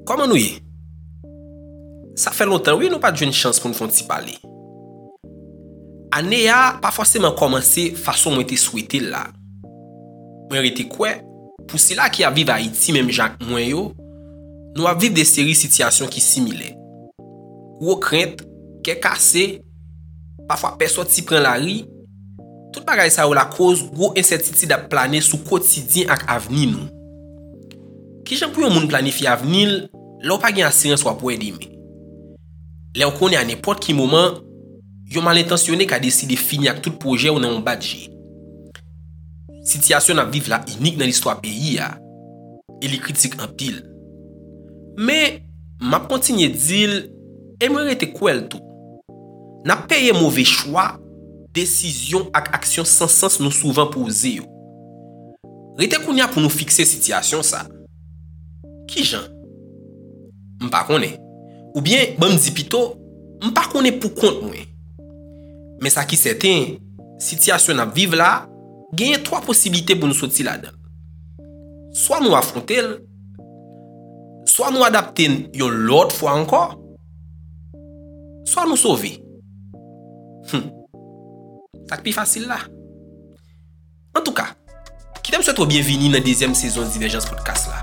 Comment nous y? Ça fait longtemps, oui, nous pas de une chance pour nous faire un petit parler. Année a pas forcément commencé façon moi te souhaité là. Moi été quoi pour cela qui a vivre Haïti même Jacques moi yo, nous a vivre des séries situations qui similaires. Gros crainte, qu'est cassé, parfois personne qui prend la rue. Tout bagay ça ou la cause gros incertitude à planer sous quotidien ak avenir nous. Qui j'en pour un monde planifier avenir, là pas gen assurance soit pour aider mais. Là on connaît à n'importe quel moment, yon mal intentionné qui a décidé finir avec tout projet ou dans un budget. Situation n'a vivre là unique dans l'histoire pays a. Et les critiques en pile. Mais m'a continuer dire aimerait te quoi tout. N'a payé mauvais choix, décision ak action sans sens nous souvent posé yo. Rete kounya pour nous fixer situation ça. Qui jan? M'pa connaît. Ou bien bon dit pito, m'pa connaît pour compte moi. Mais ça qui certain, situation n'a vivre là, gagne trois possibilités pour nous sortir là-dedans. Soit nous affronter, soit nous adapter yon l'autre fois encore, soit nous sauver. Ça plus facile là. En tout cas, qui t'aime souhaite bienvenue dans la deuxième saison de Divergence Podcast là.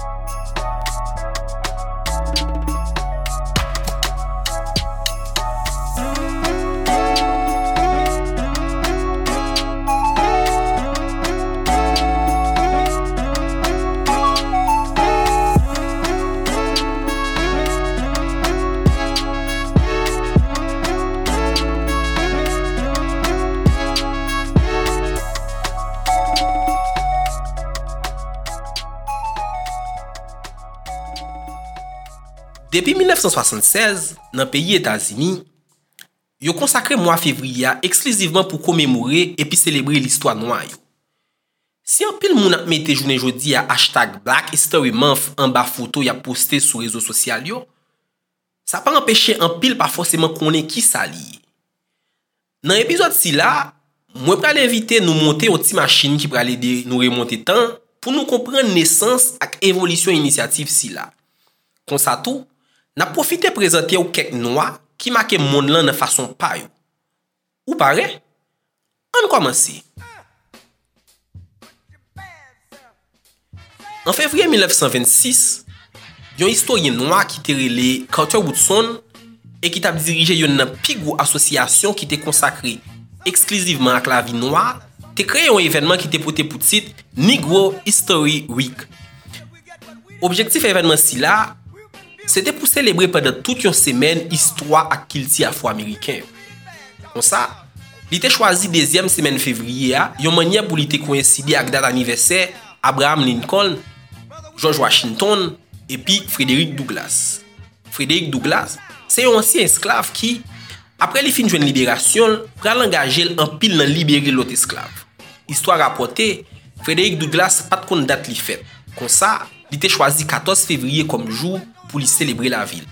Depuis 1976, dans le pays États-Unis, yo consacré mois février exclusivement pour commémorer et puis célébrer l'histoire noire. Si un pile moun ap mette journée jodi à hashtag Black History Month en bas photo y a posté sur réseaux sociaux, ça pas empêcher un pile pas forcément connaître qui ça li. Dans l'épisode si là, moi pral inviter nous monter une petite machine qui pral aider nous remonter temps pour nous comprendre naissance et évolution initiative si là. Comme ça tout, n'a profité présenter ou quelques noirs qui marquent monde là de façon pa yo. Ou pareil? On commence. En février 1926, yon historien noir qui te relé Carter Woodson et qui t'a dirigé une pigou association qui était consacrée exclusivement à la vie noire, te créé un événement qui était porté pour titre Negro History Week. Objectif événement si là, c'était pour célébrer pendant toute une semaine histoire à culture afro-américain. Comme ça, il était choisi deuxième semaine février, une manière pour lui coïncider avec date anniversaire Abraham Lincoln, George Washington et puis Frederick Douglass. Frederick Douglass, c'est un ancien esclave qui, après les fins de libération, pral engager en pile dans libérer l'autre esclave. Histoire rapportée, Frederick Douglass pas de compte date li fait. Comme ça, il était choisi 14 février comme jour pour lui célébrer la ville.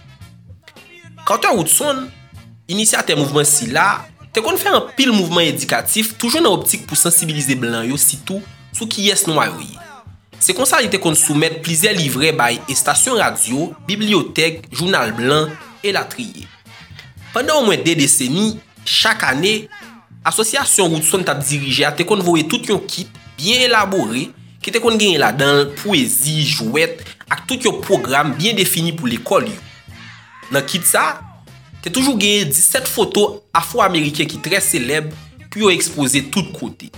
Carter Woodson, initiateur mouvement si là, te kon fait un pile mouvement éducatif toujours dans optique pour sensibiliser blanc yo surtout sous qui est noir yo. C'est comme ça il te kon soumettre plusieurs livrets by et station radio, bibliothèque, journal blanc et la trier. Pendant au moins 2 décennies, chaque année, association Woodson t'a dirigé a te kon voyer tout un kit bien élaboré qui te kon gagné là-dedans poésie, jouette ak tout un programme bien défini pour l'école. Dans kit ça, t'es toujours gagné 17 photos afro-américaines qui très célèbres puis exposé tout côté.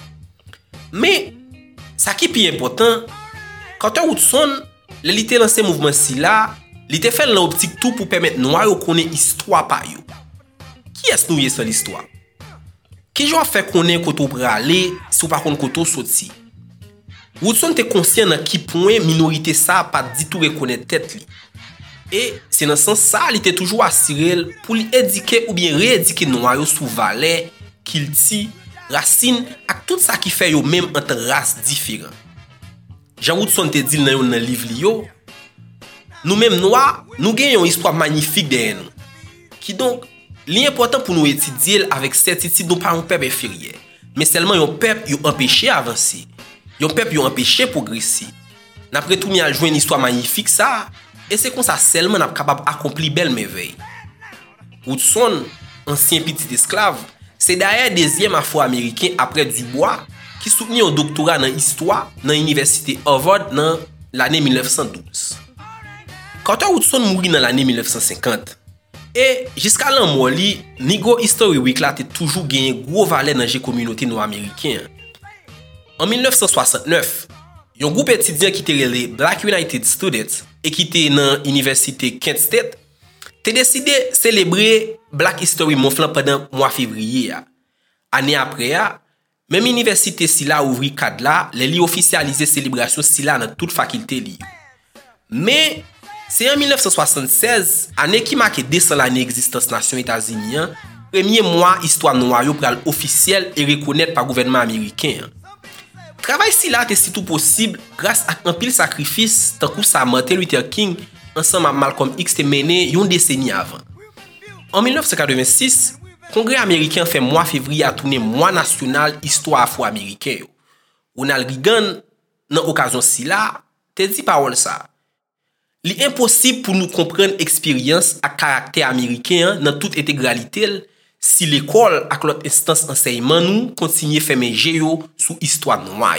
Mais ça qui est plus important, Carter Woodson, il était lancé mouvement si là, il était fait l'optique tout pour permettre noir de connaître histoire par yo. Qui est-ce nous sur l'histoire? Qui j'en fait connaître koto pralé si ou pas connaître koto sorti? Woodson était conscient dans qui point minorité ça pas dit tout reconnaître tête li. Et c'est dans ce sens ça il était toujours assuré pour lui éduquer ou bien rééduquer noir sous valeur, culture, racine ak tout ça qui fait yo même entre races différentes. Jean Woodson te dit dans un livre yo, nous même noirs, nous gagnons une histoire magnifique derrière nous. Qui donc l'important pour nous étudier avec certitude nous pas un peuple inférieur, mais seulement un peuple yo empêché avancer. Yon peuple yon empêché progresser. N'après tout, mi a joué une histoire magnifique ça, Et c'est comme ça seulement n'a capable d'accomplir belle merveille. Woodson, ancien petit esclave, c'est d'ailleurs deuxième afro-américain après Dubois qui soutenait un doctorat dans l'histoire dans l'université Harvard dans l'année 1912. Carter Woodson mourit dans l'année 1950. Et jusqu'à l'an mort, Negro History Week là toujours gagné gros valeur dans la communauté noire américaine. En 1969, un groupe étudiant qui était les Black United Students et qui était dans l'université Kent State, a décidé de célébrer Black History Month pendant le mois de février. Année après, même l'université Silla ouvrit cadre là, les officialisé célébration Silla dans toute faculté li. Mais c'est en 1976, année qui marque 200 l'année d'existence nation États-Unis, premier mois histoire noire pour officiel et reconnaître par le gouvernement américain. Travail si là était si tout possible grâce à un pile sacrifice tant que ça Martin Luther King ensemble avec Malcolm X te mené une décennie avant. En 1986, Congrès américain fait mois février à tourner mois national histoire afro-américaine. Ronald Reagan dans occasion si là te dit parole ça. Il est impossible pour nous comprendre expérience à caractère américain dans toute intégralité si l'école avec l'autre instance enseignement nous continue fermer géo sous histoire noire.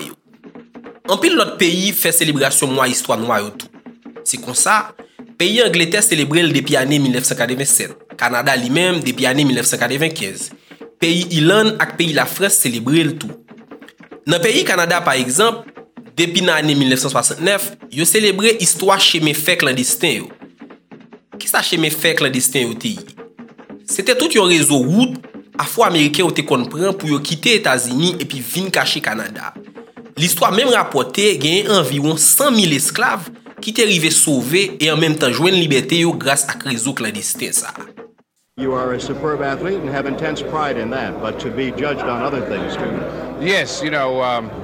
En pile l'autre pays fait célébration mois histoire noire tout. C'est comme ça, pays Angleterre célébrait depuis l'année 1987, Canada lui-même depuis l'année 1995. Pays Irlande et pays la France célébrait le tout. Dans le pays Canada par exemple, depuis l'année 1969, ils célébré l'histoire chemin fait clandestin. Qu'est-ce que chemin fait clandestin au pays? C'était tout un réseau route afro-américain qui comprend pour quitter les États-Unis et puis venir cacher Canada. L'histoire même rapportée gagne environ 100 000 esclaves qui étaient arrivés sauvés et en même temps joindre liberté grâce à réseau clandestin ça. You are a superb athlete and have intense pride in that, but to be judged on other things too. Yes, you know,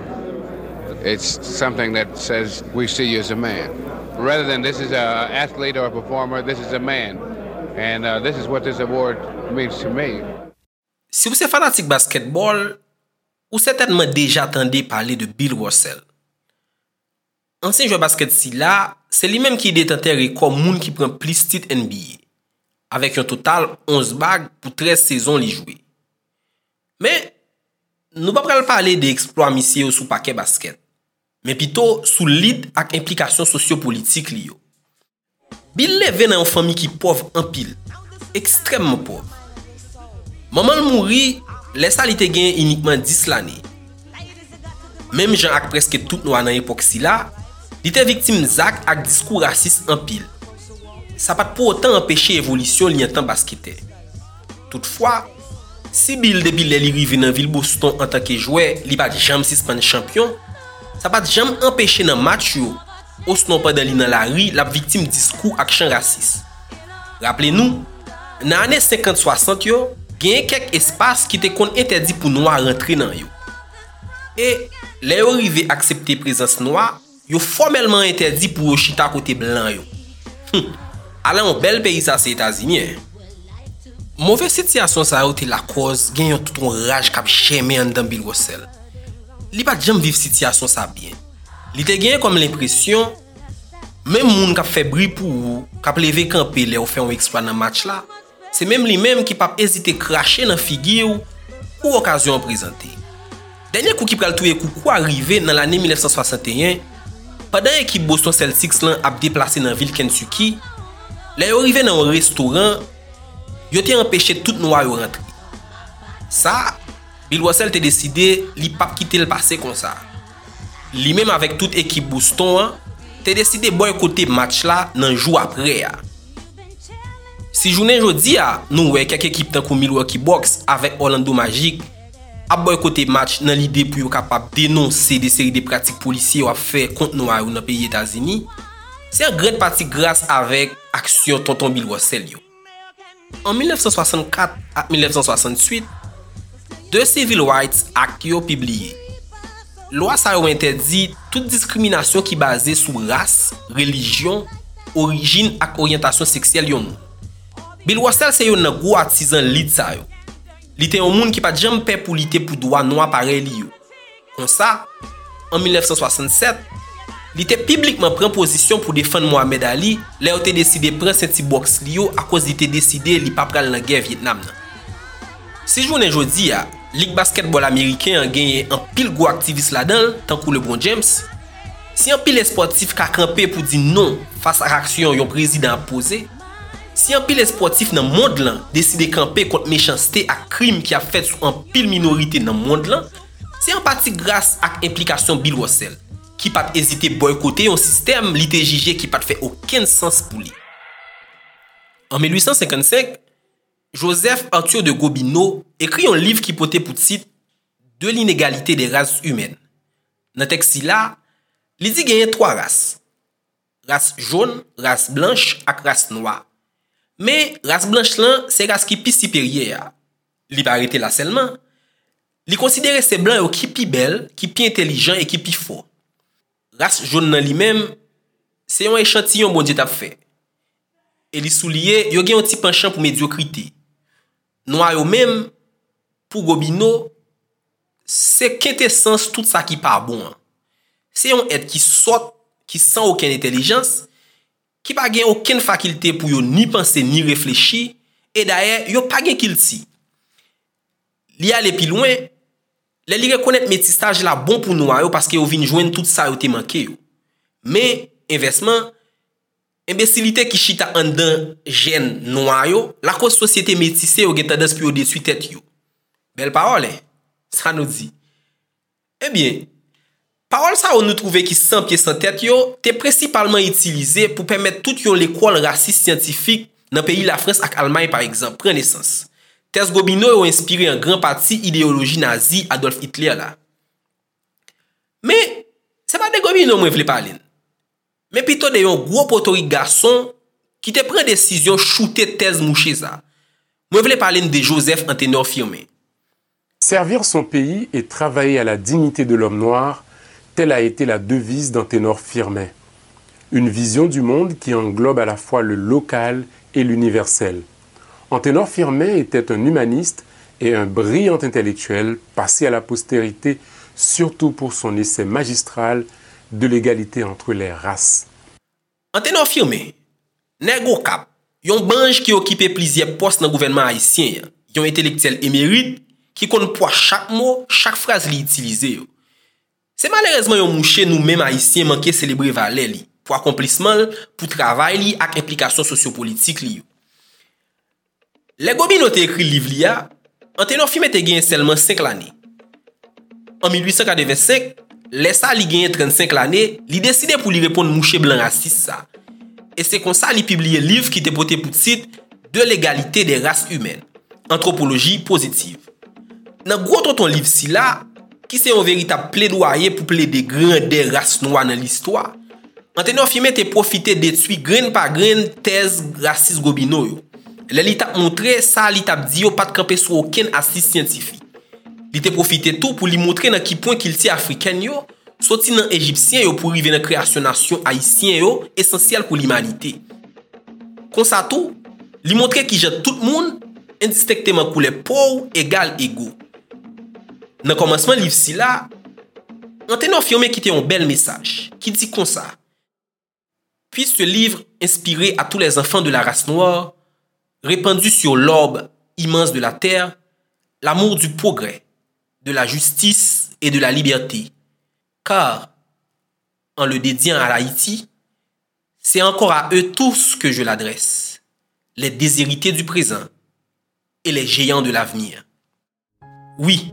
it's something that says we see you as a man. Rather than this is an athlete or a performer, this is a man. And this is what this award means to me. Si vous êtes fanatique basketball, vous certainement déjà entendu parler de Bill Russell. Ancien joueur basket si là, c'est lui-même qui est détenteur record moun qui prend plus titres NBA. Avec un total 11 bagues pour 13 saisons li joué. Mais, nous ne pouvons pas parler d'exploits monsieur sous paquet basket. Mais plutôt sous lead avec implications sociopolitiques li yo. Bill levé dans une famille qui pauvre en pile, extrêmement pauvre. Maman mouri, laisse il te gagne uniquement 10 l'année. Même Jean ak presque tout noir dans l'époque si là, il était victime zak ak discours raciste en pile. Ça pas pour autant empêcher l'évolution li en temps basketeur. Toutefois, si Bill depuis li rive dans ville Boston en tant que joueur, li pas jamais suspendre champion, ça pas jamais empêcher dans match yo. Ou sinon pendant li dans la rue, la victime discours ak chant raciste. Rappelez-nous, dans l'année 50-60 yo, gen quelques espaces qui te kon interdit pour noir rentrer dans yo. Et les yo rive accepter présence noire, yo formellement interdit pour yo chita côté blanc yo. Alors un bel pays ça c'est États-Unis. Mauvaise situation ça a été la cause gen tout un rage k'ap chemé en dans Bill Russell. Li pas jamais vivre situation ça bien. Li te gen comme l'impression même moun k'ap fait bruit pour ou k'ap levé camper les ou fait un exploit dans match là, c'est même lui-même qui pas hésiter cracher dans figure pour occasion présenter. Dernier coup qui pral touyer coucou arrivé dans l'année 1961 pendant l'équipe Boston Celtics là a déplacé dans ville Kentucky, les arrivé dans un restaurant, yo te empêché tout noir yo rentrer. Ça, Bill Russell te décidé li pas quitter le passé comme ça. Li même avec toute équipe Boston, te décidé boycotter match là dans jour après. Si journée jodi a, nous ouais quelques équipes tant comme Milwaukee Bucks avec Orlando Magic a boycotter match dans l'idée pour yo capable dénoncer des séries de pratiques policières a fait contre noir dans pays États-Unis. C'est en grande partie grâce avec action tonton Bill Russell yo. En 1964 à 1968, deux Civil Rights Act yo publié. Loi ça yo interdit toute discrimination qui basée sur race, religion, origine et orientation sexuelle yo. Bill Russell c'est un gros artisan lead ça yo. Li te un monde qui pas jamais peur pour lutter pour droit noir pareil li yo. Comme ça, en 1967, Li te publiquement prend position pour défendre Mohamed Ali, lè yo te décidé prendre senti box li yo à cause li te décidé li pa pral nan guerre Vietnam nan. Si jounen jodi ya, Ligue basketball américain a gagné un pile gros activiste là-dedans, tant que LeBron James. Si un pile sportif ka campé pour dire non face à l'action yon président posé, si un pile sportif dans le monde là décide camper contre méchanceté et crime qui a fait sur un pile minorité dans le monde là, c'est en partie grâce à l'implication Bill Russell, qui pas hésité boycotter un système li te jugé qui pas fait aucun sens pour lui. En 1855, Joseph Arthur de Gobineau écrit un livre qui portait pour titre De l'inégalité des races humaines. Dans texte là, il dit qu'il y a 3 races. Race jaune, race blanche et race noire. Mais race blanche là, c'est race qui est plus supérieure. Il pas arrêté là seulement. Il considère ces blancs qui plus belle, qui plus intelligent et qui plus fort. Race jaune dans lui-même, c'est un échantillon bon Dieu t'a fait. Et il soulier, yo gen un petit penchant pour médiocrité. Noir yo même pour Gobineau, c'est quintessence tout ça qui pas bon. C'est un être qui sort, qui sans aucune intelligence, qui pas gen aucune faculté pour yo ni penser ni réfléchir et d'ailleurs yo pas gen qu'il si. Li aller plus loin, li reconnaître métissage là bon pour noir yo parce que yo vinn joindre tout ça yo te manqué yo. Mais inversement, imbécilité qui chita en dedans gène noir yo, la cause société métissée yo gen tendance pour yo détruire tête yo. Belle parole, ça nous dit. Eh bien, parole ça on nous trouve qui sans pied sans tête yo, t'es principalement utilisé pour permettre toute yon l'école raciste scientifique dans pays la France et Allemagne par exemple, prend naissance. Thèse Gobineau a inspiré en grande partie idéologie nazie Adolf Hitler là. Mais c'est pas de Gobineau moi vle parler. Mais plutôt de yon gros potori garçon qui te prend décision shooter thèse mouché ça. Moi vle parler de Joseph Anténor Firmin. Servir son pays et travailler à la dignité de l'homme noir, telle a été la devise d'Anténor Firmin. Une vision du monde qui englobe à la fois le local et l'universel. Anténor Firmin était un humaniste et un brillant intellectuel passé à la postérité surtout pour son essai magistral de l'égalité entre les races. Anténor Firmin, nèg au cap, yon banj qui occupait plusieurs postes dans le gouvernement haïtien, yon intellectuel émérite qui connaît pour chaque mot, chaque phrase li utilisé. C'est malheureusement yon mouché nous-mêmes haïtiens manqué célébrer valeur li pour accomplissement, pour travail li ak implication sociopolitique li. Les Gobineau te écrit livre li a, Anténor Firmin te gagné seulement 5 années. En 1885, laissa li gagné 35 années, li décidé pour lui répondre mouché blanc raciste ça. Et c'est comme ça li publié livre qui te porté pour titre De l'égalité des races humaines, anthropologie positive. Dans gros ton livre si là, qui c'est un véritable plaidoyer pour plaider grandeur race noire dans l'histoire, Anténor Firmin te profité détruire grain par grain thèse raciste Gobineau yo. Li t'a montré ça, li t'a dit yo pas de camper sur aucun assise scientifique. Li te profité tout pour lui montrer dans qui point qu'il ti africain yo, sorti dans égyptien yo pour arriver dans création nation haïtien yo, essentiel pour l'humanité. Comme ça tout, li montrer qui jette tout le monde indistinctement pour les pauvres égal égaux. Dans le commencement livre si là, Anténor Firmin qui un bel message qui dit comme ça. Puis ce livre inspiré à tous les enfants de la race noire, répandu sur l'orbe immense de la terre, l'amour du progrès, de la justice et de la liberté. Car, en le dédiant à l'Haïti, c'est encore à eux tous que je l'adresse, les déshérités du présent et les géants de l'avenir. Oui,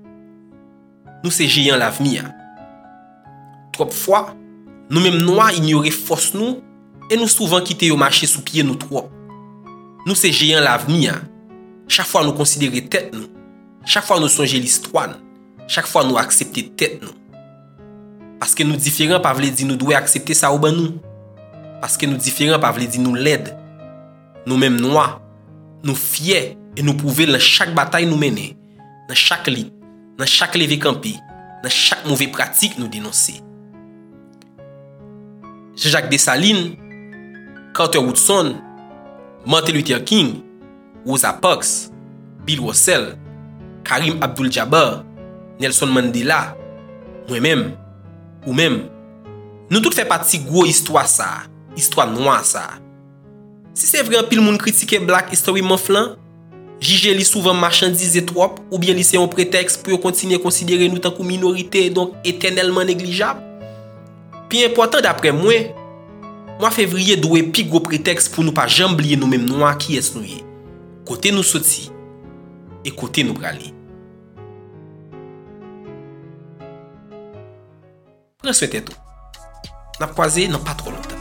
nous c'est géants l'avenir. Trop de fois, nous-mêmes noirs ignorer force nous et nous souvent quitter au marché sous pied nous trop. Nous c'est géants l'avenir. Chaque fois nous considérer tête nous. Chaque fois nous songer l'histoire. Chaque fois nous accepter tête nous. Parce que nous différents pas veut dire nous doit accepter ça ou ben nous. Parce que nous différents pas veut dire nous l'aide. Nous-mêmes noirs, nous fiers et nous prouver dans chaque bataille nous mener, dans chaque lit, dans chaque lever campé, dans chaque mauvaise pratique nous dénoncer. Jean-Jacques Dessalines, Carter Woodson, Martin Luther King, Rosa Parks, Bill Russell, Karim Abdul-Jabbar, Nelson Mandela, moi-même, ou même, nous tout fait partie gros histoire ça, histoire noire ça. Si c'est vrai pile moun critiquer Black History Month lan, juger li souvent marchandise trop ou bien li c'est un prétexte pour continuer à considérer nous tant que minorité donc éternellement négligeable. Puis important d'après moi, mois février doit pi gros prétexte pour nous pas jamais oublier nous mêmes noirs qui est nous. Côté nous sorti et côté nous praler. Prends soin de tout. N'a croisé dans pas trop longtemps.